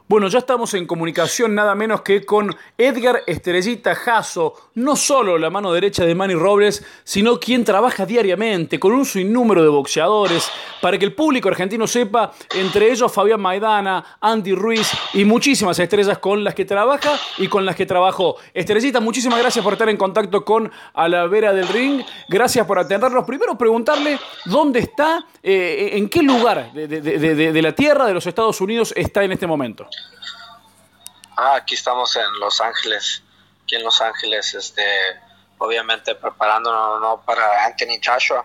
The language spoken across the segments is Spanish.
Bueno, ya estamos en comunicación nada menos que con Edgar Estrellita Jasso, no solo la mano derecha de Manny Robles, sino quien trabaja diariamente con un sinnúmero de boxeadores, para que el público argentino sepa, entre ellos Fabián Maidana, Andy Ruiz y muchísimas estrellas con las que trabaja y con las que trabajó. Estrellita, muchísimas gracias por estar en contacto con A la Vera del Ring, gracias por atendernos. Primero preguntarle dónde está, en qué lugar de la tierra de los Estados Unidos está en este momento. Aquí estamos en Los Ángeles, aquí en Los Ángeles, obviamente preparándonos, ¿no?, para Anthony Joshua.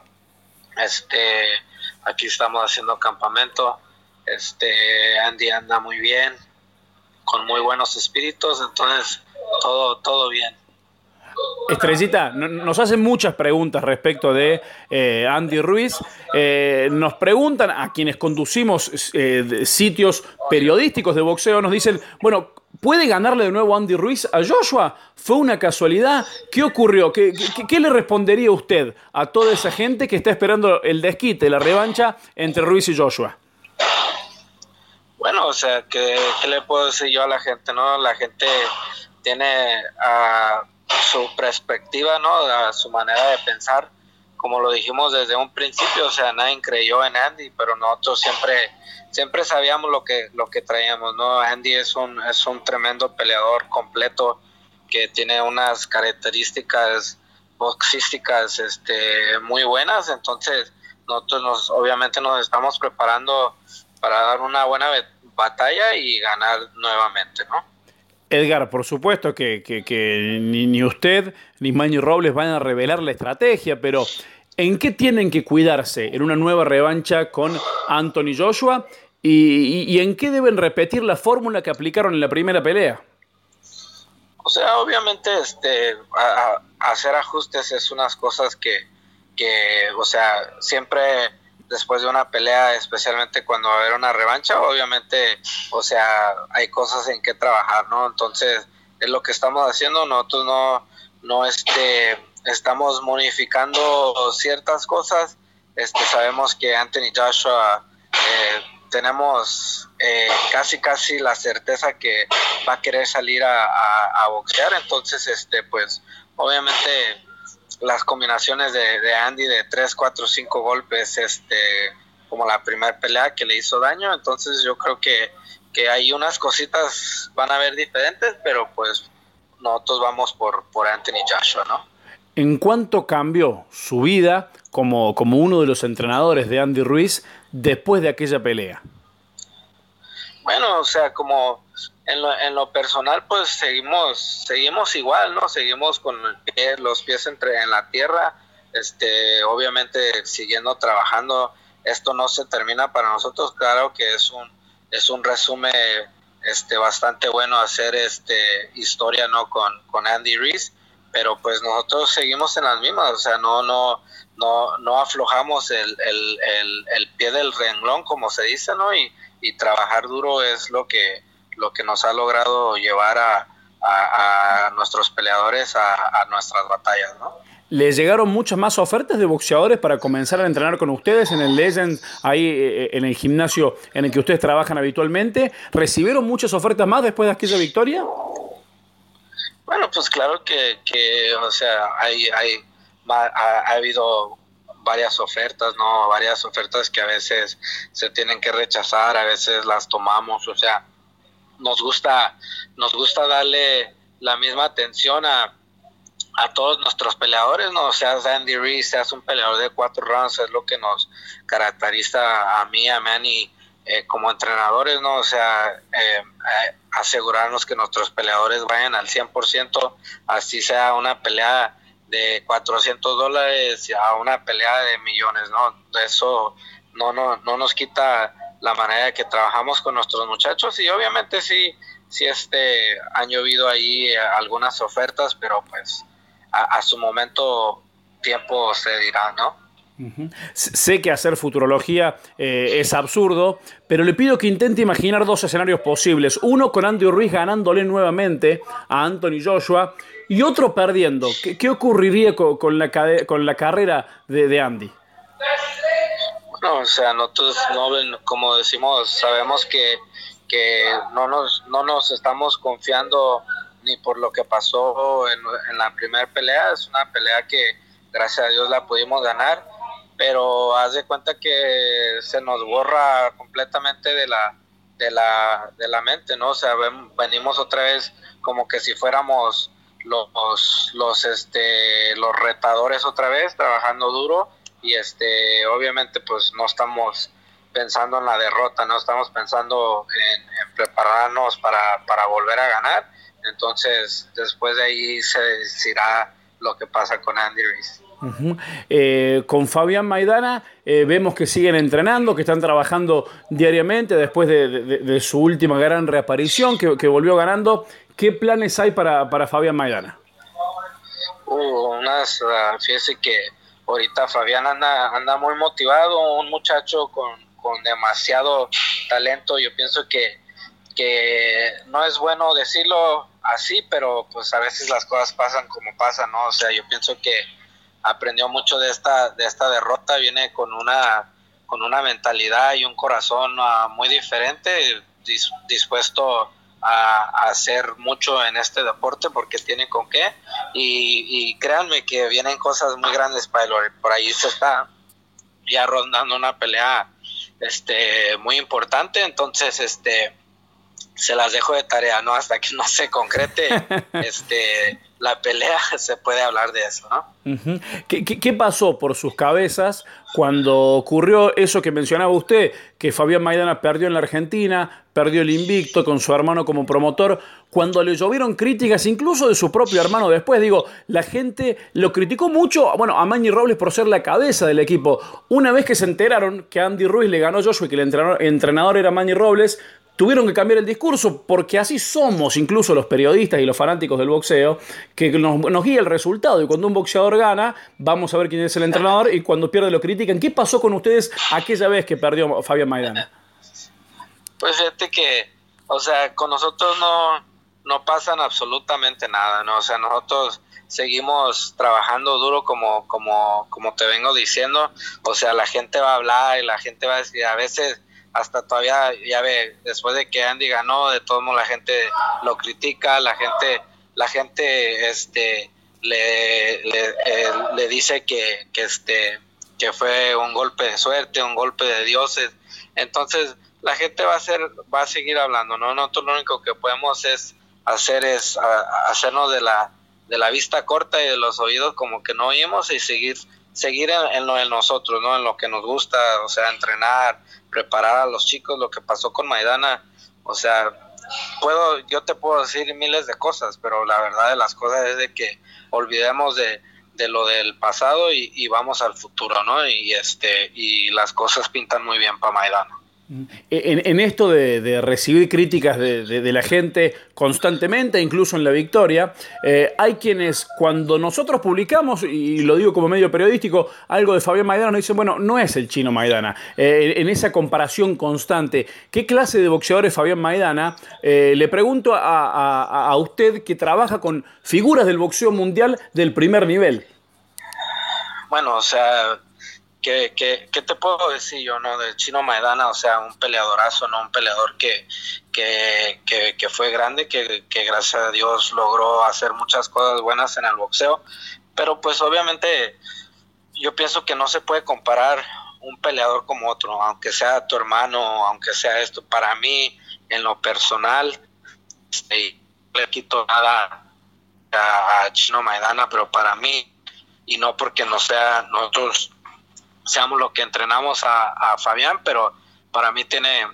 Aquí estamos haciendo campamento. Andy anda muy bien, con muy buenos espíritus, entonces todo bien. Estrellita, nos hacen muchas preguntas respecto de Andy Ruiz. Nos preguntan a quienes conducimos sitios periodísticos de boxeo, nos dicen, bueno, ¿puede ganarle de nuevo Andy Ruiz a Joshua? ¿Fue una casualidad? ¿Qué ocurrió? ¿Qué le respondería usted a toda esa gente que está esperando el desquite, la revancha entre Ruiz y Joshua? Bueno, o sea, ¿qué le puedo decir yo a la gente, no? La gente tiene su perspectiva, ¿no?, a su manera de pensar. Como lo dijimos desde un principio, o sea, nadie creyó en Andy, pero nosotros siempre sabíamos lo que traíamos, ¿no? Andy es un tremendo peleador completo que tiene unas características boxísticas muy buenas. Entonces nosotros obviamente nos estamos preparando para dar una buena batalla y ganar nuevamente, ¿no? Edgar, por supuesto que ni usted ni Manny Robles van a revelar la estrategia, pero ¿en qué tienen que cuidarse en una nueva revancha con Anthony Joshua? ¿Y en qué deben repetir la fórmula que aplicaron en la primera pelea? O sea, obviamente hacer ajustes es unas cosas que, o sea, siempre después de una pelea, especialmente cuando va a haber una revancha, obviamente, o sea, hay cosas en que trabajar, ¿no? Entonces, es lo que estamos haciendo. Nosotros no estamos modificando ciertas cosas. Sabemos que Anthony Joshua tenemos casi la certeza que va a querer salir a boxear. Entonces, pues, obviamente las combinaciones de Andy de 3, 4, 5 golpes, como la primera pelea que le hizo daño. Entonces yo creo que hay unas cositas van a ver diferentes, pero pues nosotros vamos por Anthony Joshua, ¿no? ¿En cuánto cambió su vida como uno de los entrenadores de Andy Ruiz después de aquella pelea? Bueno, o sea, como en lo personal, pues seguimos igual, ¿no? Seguimos con los pies en la tierra, obviamente siguiendo trabajando. Esto no se termina para nosotros. Claro que es un resumen bastante bueno hacer historia, ¿no?, con Andy Ruiz, pero pues nosotros seguimos en las mismas. O sea, no aflojamos el pie del renglón, como se dice, ¿no? Y trabajar duro es lo que nos ha logrado llevar a nuestros peleadores a nuestras batallas, ¿no? ¿Les llegaron muchas más ofertas de boxeadores para comenzar a entrenar con ustedes en el Legend, ahí en el gimnasio en el que ustedes trabajan habitualmente? ¿Recibieron muchas ofertas más después de aquella victoria? Bueno, pues claro que o sea, ha habido varias ofertas, ¿no? Varias ofertas que a veces se tienen que rechazar, a veces las tomamos. O sea, nos gusta darle la misma atención a todos nuestros peleadores, ¿no? Seas Andy Ruiz, seas un peleador de 4 rounds, es lo que nos caracteriza a mí, a Manny, como entrenadores, ¿no? O sea, asegurarnos que nuestros peleadores vayan al 100%, así sea una pelea de $400 a una pelea de millones, ¿no? Eso no nos quita la manera que trabajamos con nuestros muchachos. Y obviamente sí han llovido ahí algunas ofertas, pero pues a su momento tiempo se dirá, ¿no? Uh-huh. Sé que hacer futurología es absurdo, pero le pido que intente imaginar dos escenarios posibles. Uno con Andy Ruiz ganándole nuevamente a Anthony Joshua y otro perdiendo. ¿Qué ocurriría con la carrera de Andy? Bueno, o sea, nosotros, no, como decimos, sabemos que no nos estamos confiando ni por lo que pasó en la primera pelea. Es una pelea que gracias a Dios la pudimos ganar, pero haz de cuenta que se nos borra completamente de la mente, ¿no? O sea, venimos otra vez como que si fuéramos los retadores otra vez, trabajando duro, y obviamente pues no estamos pensando en la derrota, no estamos pensando en prepararnos para volver a ganar. Entonces después de ahí se decidirá lo que pasa con Andy Ruiz. Con Fabián Maidana vemos que siguen entrenando, que están trabajando diariamente después de su última gran reaparición, que volvió ganando. ¿Qué planes hay para Fabián Maidana? Fíjese que ahorita Fabián anda muy motivado, un muchacho con demasiado talento. Yo pienso que no es bueno decirlo así, pero pues a veces las cosas pasan como pasan, ¿no? O sea, yo pienso que aprendió mucho de esta derrota, viene con una mentalidad y un corazón muy diferente, dispuesto a hacer mucho en este deporte porque tiene con qué, y créanme que vienen cosas muy grandes para él. Por ahí se está ya rondando una pelea muy importante, entonces se las dejo de tarea, ¿no? Hasta que no se concrete la pelea, se puede hablar de eso, ¿no? Uh-huh. ¿Qué pasó por sus cabezas cuando ocurrió eso que mencionaba usted, que Fabián Maidana perdió en la Argentina, perdió el invicto con su hermano como promotor, cuando le llovieron críticas incluso de su propio hermano después? Digo, la gente lo criticó mucho, bueno, a Manny Robles por ser la cabeza del equipo. Una vez que se enteraron que Andy Ruiz le ganó a Joshua y que el entrenador era Manny Robles, tuvieron que cambiar el discurso, porque así somos incluso los periodistas y los fanáticos del boxeo, que nos guía el resultado, y cuando un boxeador gana, vamos a ver quién es el entrenador, y cuando pierde lo critican. ¿Qué pasó con ustedes aquella vez que perdió Fabián Maidana? Pues fíjate que, o sea, con nosotros no pasan absolutamente nada, ¿no? O sea, nosotros seguimos trabajando duro como te vengo diciendo. O sea, la gente va a hablar y la gente va a decir, a veces hasta todavía, ya ve, después de que Andy ganó, de todos modos la gente lo critica, la gente le dice que fue un golpe de suerte, un golpe de dioses. Entonces la gente va a seguir hablando, ¿no? Nosotros lo único que podemos hacernos de la vista corta y de los oídos como que no oímos, y seguir en lo de nosotros, ¿no? En lo que nos gusta, o sea, entrenar, preparar a los chicos. Lo que pasó con Maidana, o sea, yo te puedo decir miles de cosas, pero la verdad de las cosas es de que olvidemos de lo del pasado y vamos al futuro, ¿no? Y las cosas pintan muy bien para Maidana. En esto de recibir críticas de la gente constantemente, incluso en la victoria, hay quienes, cuando nosotros publicamos, y lo digo como medio periodístico, algo de Fabián Maidana, nos dicen, bueno, no es el chino Maidana. En esa comparación constante, ¿qué clase de boxeador es Fabián Maidana? Le pregunto a usted, que trabaja con figuras del boxeo mundial del primer nivel. Bueno, o sea, ¿qué te puedo decir yo, no? Del chino Maidana, o sea, un peleadorazo, ¿no? Un peleador que fue grande, que gracias a Dios logró hacer muchas cosas buenas en el boxeo, pero pues obviamente yo pienso que no se puede comparar un peleador como otro, aunque sea tu hermano, aunque sea esto. Para mí, en lo personal, no le quito nada a chino Maidana, pero para mí, y no porque nosotros seamos lo que entrenamos a Fabián, pero para mí tiene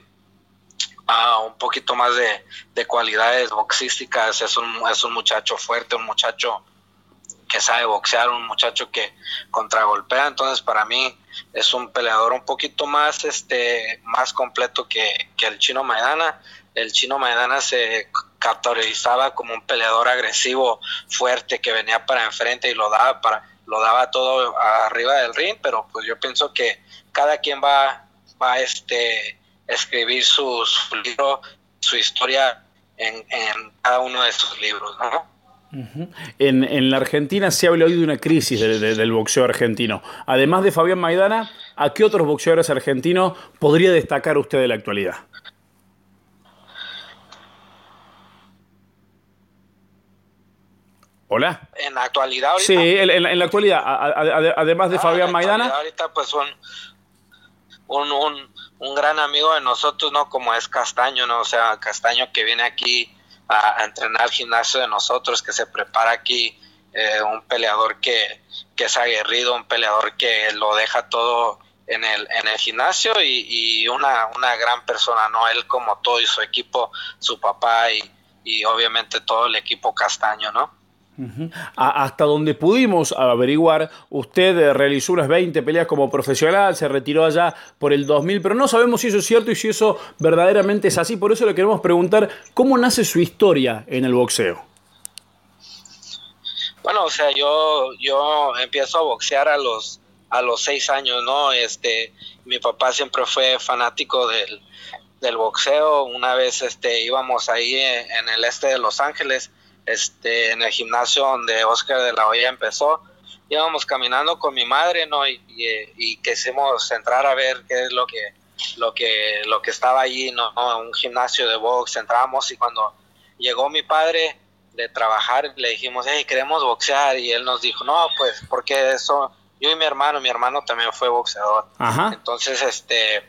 un poquito más de cualidades boxísticas. Es un muchacho fuerte, un muchacho que sabe boxear, un muchacho que contragolpea. Entonces para mí es un peleador un poquito más más completo que el chino Maidana. El chino Maidana se categorizaba como un peleador agresivo, fuerte, que venía para enfrente y lo daba todo arriba del ring, pero pues yo pienso que cada quien va a escribir su libro, su historia en cada uno de sus libros, ¿no? Uh-huh. En la Argentina se ha oído de una crisis del boxeo argentino. Además de Fabián Maidana, ¿a qué otros boxeadores argentinos podría destacar usted de la actualidad? Hola. En la actualidad Sí, ahorita. en la actualidad, además de Fabián Maidana. Ahorita pues un gran amigo de nosotros, ¿no? Como es Castaño, ¿no? O sea, Castaño que viene aquí a entrenar al gimnasio de nosotros, que se prepara aquí, un peleador que es aguerrido, un peleador que lo deja todo en el gimnasio y una gran persona, ¿no? Él como todo y su equipo, su papá y obviamente todo el equipo Castaño, ¿no? Hasta donde pudimos averiguar, usted realizó unas 20 peleas como profesional, se retiró allá por el 2000, pero no sabemos si eso es cierto y si eso verdaderamente es así. Por eso le queremos preguntar cómo nace su historia en el boxeo. Bueno, o sea, yo empiezo a boxear a los 6 años, ¿no? Mi papá siempre fue fanático del boxeo. Una vez íbamos ahí en el este de Los Ángeles, en el gimnasio donde Oscar de la Hoya empezó. Íbamos caminando con mi madre, ¿no? Y quisimos entrar a ver qué es lo que estaba allí, ¿no? Un gimnasio de box. Entramos y cuando llegó mi padre de trabajar, le dijimos, hey, queremos boxear, y él nos dijo, no, pues, porque eso, yo y mi hermano también fue boxeador. Ajá. Entonces,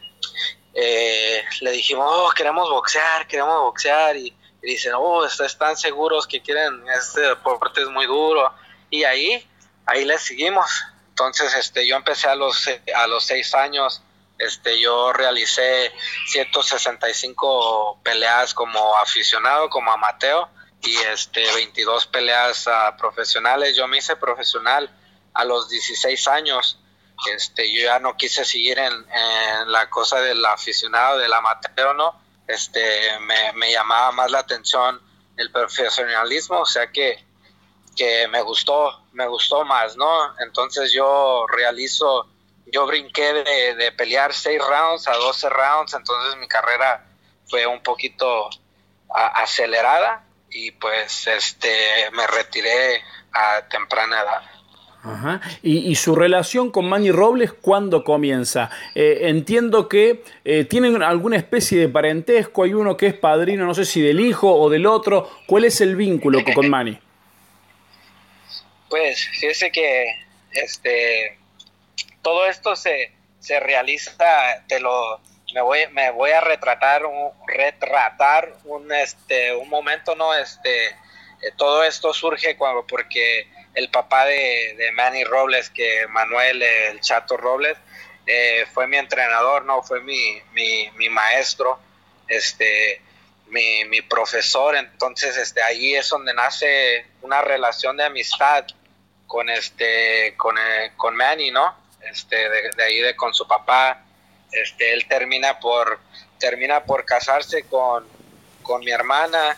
le dijimos, oh, queremos boxear, y dicen, oh, están seguros que quieren, este deporte es muy duro, y ahí le seguimos. Entonces, yo empecé a los 6 años, yo realicé 165 peleas como aficionado, como amateur, y 22 peleas profesionales. Yo me hice profesional a los 16 años. Yo ya no quise seguir en la cosa del aficionado, del amateur, ¿no? Me llamaba más la atención el profesionalismo, o sea que me gustó más, ¿no? Entonces yo brinqué de pelear 6 rounds a 12 rounds, entonces mi carrera fue un poquito acelerada, y pues me retiré a temprana edad. Ajá. ¿Y su relación con Manny Robles cuándo comienza? Entiendo que tienen alguna especie de parentesco, hay uno que es padrino, no sé si del hijo o del otro. ¿Cuál es el vínculo con Manny? Pues fíjese que todo esto se realiza, me voy a retratar un momento, ¿no? Todo esto surge porque el papá de Manny Robles, que Manuel el Chato Robles, fue mi entrenador, ¿no? Fue mi maestro, mi profesor. Entonces ahí es donde nace una relación de amistad con Manny, ¿no? De ahí con su papá. Él termina por casarse con mi hermana.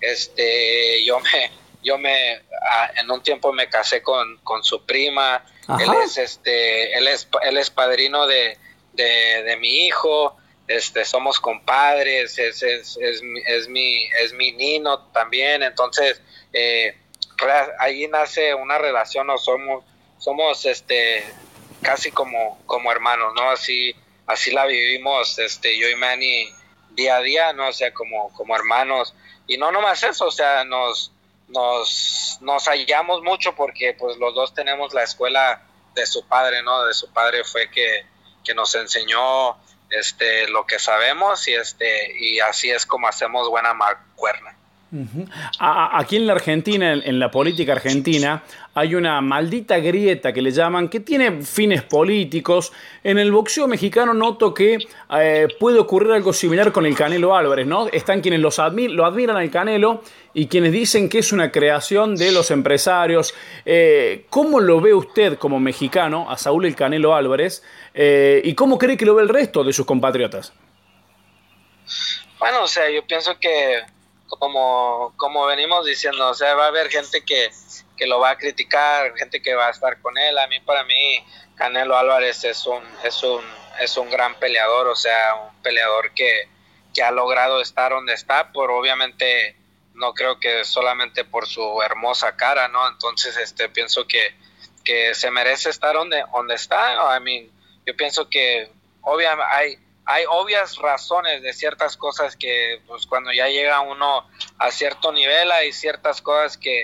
Yo en un tiempo me casé con su prima. Ajá. Él es padrino de mi hijo. Somos compadres. Es mi nino también. Entonces ahí nace una relación, ¿no? Somos casi como hermanos, ¿no? Así la vivimos, yo y Manny día a día, ¿no? O sea, como hermanos. Y no nomás eso, o sea, nos hallamos mucho porque pues los dos tenemos la escuela de su padre, ¿no? De su padre fue que nos enseñó lo que sabemos, y así es como hacemos buena mancuerna. Aquí en la Argentina, en la política argentina, hay una maldita grieta que le llaman, que tiene fines políticos. En el boxeo mexicano noto que puede ocurrir algo similar con el Canelo Álvarez, ¿no? Están quienes lo admiran al Canelo y quienes dicen que es una creación de los empresarios. ¿Cómo lo ve usted como mexicano a Saúl el Canelo Álvarez? ¿Y cómo cree que lo ve el resto de sus compatriotas? Bueno, o sea, yo pienso que como venimos diciendo, o sea, va a haber gente que lo va a criticar, gente que va a estar con él. Para mí Canelo Álvarez es un gran peleador, o sea, un peleador que ha logrado estar donde está, obviamente no creo que solamente por su hermosa cara, ¿no? Entonces pienso que se merece estar donde está. Yo pienso que obviamente hay obvias razones de ciertas cosas que pues cuando ya llega uno a cierto nivel hay ciertas cosas que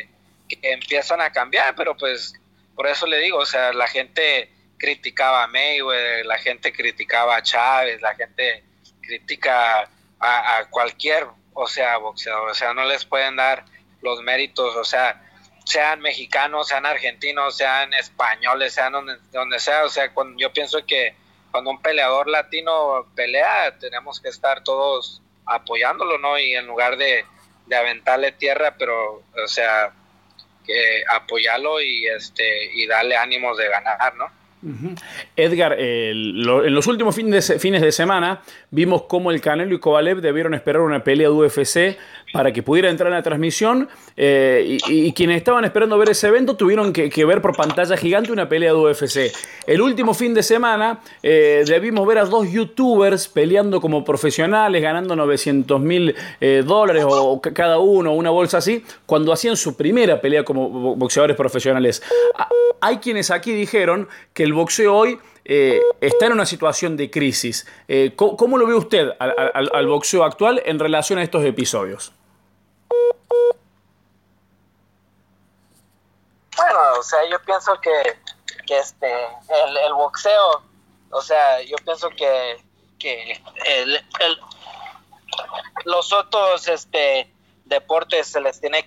que empiezan a cambiar, pero pues por eso le digo, o sea, la gente criticaba a Mayweather, la gente criticaba a Chávez, la gente critica a cualquier, o sea, boxeador, o sea, no les pueden dar los méritos, o sea, sean mexicanos, sean argentinos, sean españoles, sean donde sea, o sea, yo pienso que cuando un peleador latino pelea, tenemos que estar todos apoyándolo, ¿no? Y en lugar de aventarle tierra, pero, o sea, que apoyarlo y darle ánimos de ganar, ¿no? Uh-huh. Edgar, en los últimos fines de semana vimos cómo el Canelo y Kovalev debieron esperar una pelea de UFC para que pudiera entrar en la transmisión y quienes estaban esperando ver ese evento tuvieron que ver por pantalla gigante una pelea de UFC. El último fin de semana debimos ver a dos youtubers peleando como profesionales, ganando $900,000 o cada uno, una bolsa así, cuando hacían su primera pelea como boxeadores profesionales. Hay quienes aquí dijeron que el boxeo hoy está en una situación de crisis. ¿Cómo lo ve usted al boxeo actual en relación a estos episodios? Bueno, o sea, yo pienso que el boxeo, o sea, yo pienso que los otros deportes se les tiene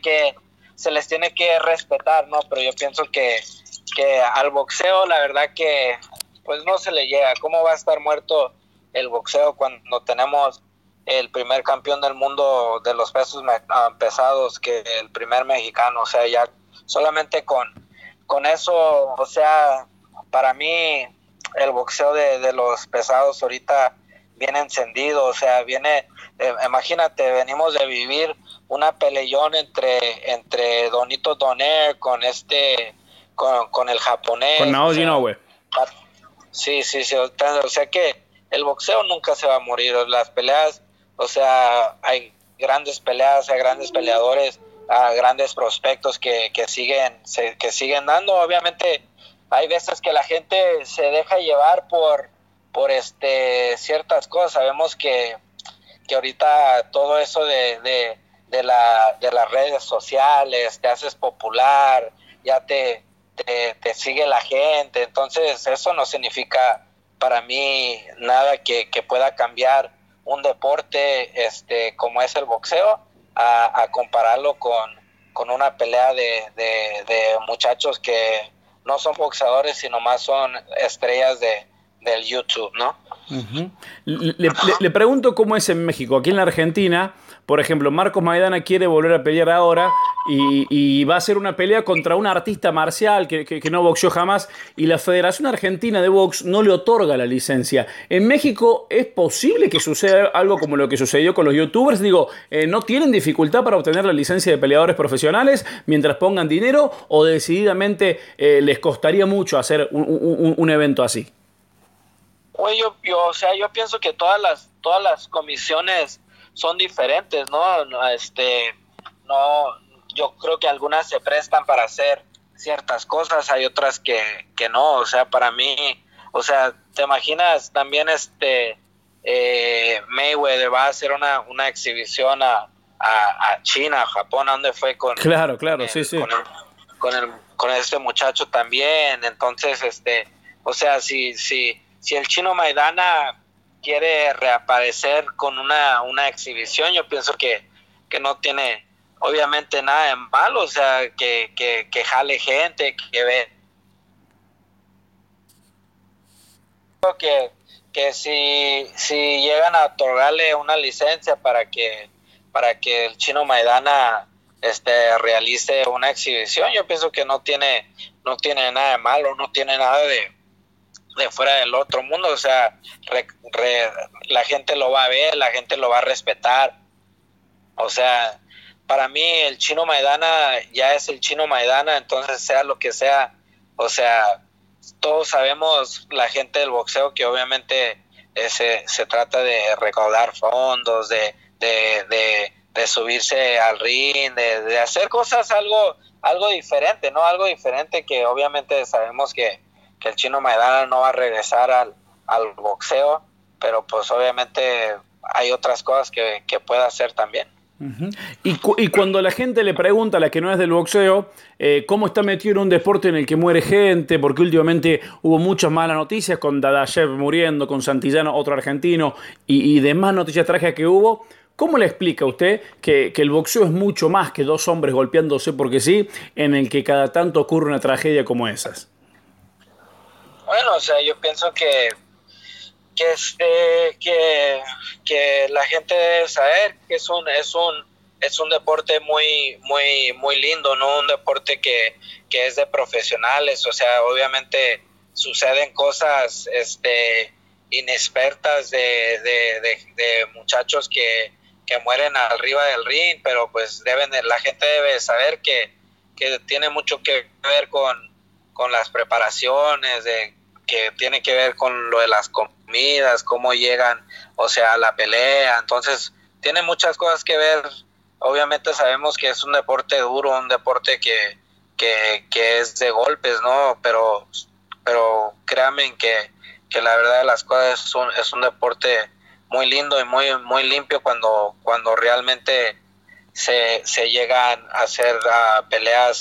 que respetar, ¿no? Pero yo pienso que al boxeo, la verdad que pues no se le llega. ¿Cómo va a estar muerto el boxeo cuando tenemos el primer campeón del mundo de los pesos pesados, que el primer mexicano? O sea, ya solamente con eso, o sea, para mí el boxeo de los pesados ahorita viene encendido, o sea, imagínate, venimos de vivir una peleón entre Donito Donaire con con el japonés. Con Naoya Inoue. Sí, o sea que el boxeo nunca se va a morir, las peleas, o sea, hay grandes peleas, hay grandes peleadores, grandes prospectos que siguen dando. Obviamente hay veces que la gente se deja llevar por ciertas cosas. Sabemos que ahorita todo eso de las redes sociales, te haces popular, ya te sigue la gente, entonces eso no significa para mí nada que pueda cambiar un deporte como es el boxeo a compararlo con una pelea de muchachos que no son boxeadores, sino más son estrellas del YouTube, ¿no? Uh-huh. Le pregunto cómo es en México. Aquí en la Argentina, por ejemplo, Marcos Maidana quiere volver a pelear ahora y va a hacer una pelea contra un artista marcial que no boxeó jamás, y la Federación Argentina de Box no le otorga la licencia. ¿En México es posible que suceda algo como lo que sucedió con los youtubers? Digo, ¿no tienen dificultad para obtener la licencia de peleadores profesionales mientras pongan dinero, o decididamente les costaría mucho hacer un evento así? Oye, yo pienso que todas las comisiones son diferentes, ¿no? Yo creo que algunas se prestan para hacer ciertas cosas, hay otras que no. O sea, para mí, o sea, ¿te imaginas también Mayweather va a hacer una exhibición a China, a Japón, a donde fue con... Claro, sí. Con este muchacho también. Entonces, o sea, si el Chino Maidana quiere reaparecer con una exhibición, yo pienso que no tiene obviamente nada de malo, o sea, que jale gente, que ve. Creo que si llegan a otorgarle una licencia para que el Chino Maidana realice una exhibición, yo pienso que no tiene nada de malo, no tiene nada de fuera del otro mundo. O sea, la gente lo va a ver, la gente lo va a respetar. O sea, para mí el Chino Maidana ya es el Chino Maidana, entonces sea lo que sea, o sea, todos sabemos, la gente del boxeo, que obviamente se trata de recaudar fondos, de subirse al ring, de hacer cosas algo diferente, ¿no? Algo diferente que obviamente sabemos que el Chino Maidana no va a regresar al boxeo, pero pues obviamente hay otras cosas que pueda hacer también. Ujú. Y cuando la gente le pregunta, a la que no es del boxeo, cómo está metido en un deporte en el que muere gente, porque últimamente hubo muchas malas noticias con Dadayev muriendo, con Santillano, otro argentino, y demás noticias trágicas que hubo, ¿cómo le explica a usted que el boxeo es mucho más que dos hombres golpeándose porque sí, en el que cada tanto ocurre una tragedia como esas? Bueno, o sea, yo pienso que la gente debe saber que es un deporte muy lindo, no un deporte que es de profesionales. O sea, obviamente suceden cosas inexpertas de muchachos que mueren arriba del ring, pero pues la gente debe saber que tiene mucho que ver con las preparaciones, que tiene que ver con lo de las comidas, cómo llegan, o sea, a la pelea. Entonces tiene muchas cosas que ver. Obviamente sabemos que es un deporte duro, un deporte que es de golpes, ¿no? Pero créanme que la verdad de las cosas es un deporte muy lindo y muy limpio cuando realmente se llegan a hacer peleas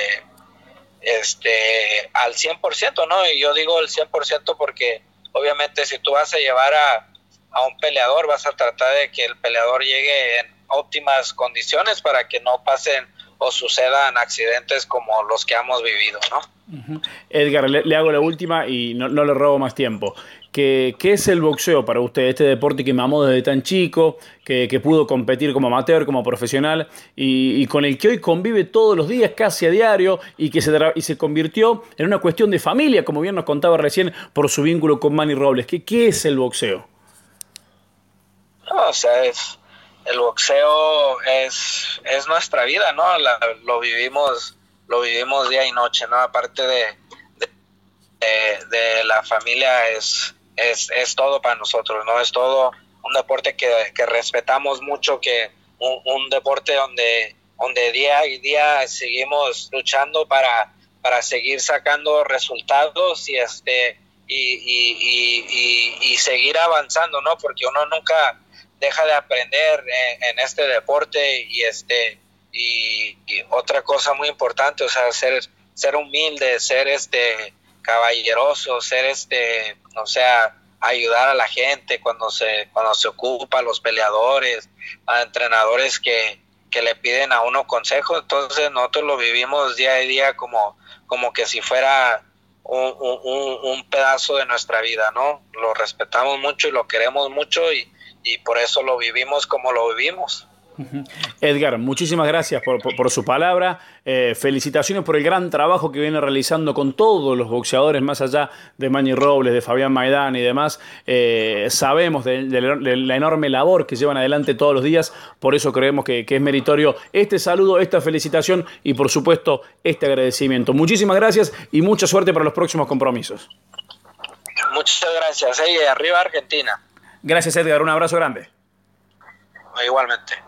al 100%, ¿no? Y yo digo el 100% porque obviamente si tú vas a llevar a un peleador, vas a tratar de que el peleador llegue en óptimas condiciones para que no pasen o sucedan accidentes como los que hemos vivido, ¿no? Uh-huh. Edgar, le hago la última y no le robo más tiempo. ¿Qué es el boxeo para usted? Este deporte que mamó desde tan chico, que pudo competir como amateur, como profesional, y con el que hoy convive todos los días, casi a diario, y que se convirtió en una cuestión de familia, como bien nos contaba recién, por su vínculo con Manny Robles. ¿Qué es el boxeo? No, o sea, el boxeo es nuestra vida, ¿no? Lo vivimos día y noche, ¿no? Aparte de la familia es todo para nosotros, ¿no? Es todo un deporte que respetamos mucho, que un deporte donde día y día seguimos luchando para seguir sacando resultados y seguir avanzando, ¿no? Porque uno nunca deja de aprender en este deporte y otra cosa muy importante, o sea, ser humilde, ser caballeroso, ser o sea, ayudar a la gente cuando se ocupa, a los peleadores, a entrenadores que le piden a uno consejo. Entonces nosotros lo vivimos día a día como que si fuera un pedazo de nuestra vida, ¿no? Lo respetamos mucho y lo queremos mucho y por eso lo vivimos como lo vivimos. Edgar, muchísimas gracias por su palabra. Felicitaciones por el gran trabajo que viene realizando con todos los boxeadores, más allá de Manny Robles, de Fabián Maidán y demás. Sabemos de la enorme labor que llevan adelante todos los días, por eso creemos que es meritorio este saludo, esta felicitación y por supuesto este agradecimiento. Muchísimas gracias y mucha suerte para los próximos compromisos. Muchas gracias. Arriba Argentina. Gracias, Edgar, un abrazo grande. Igualmente.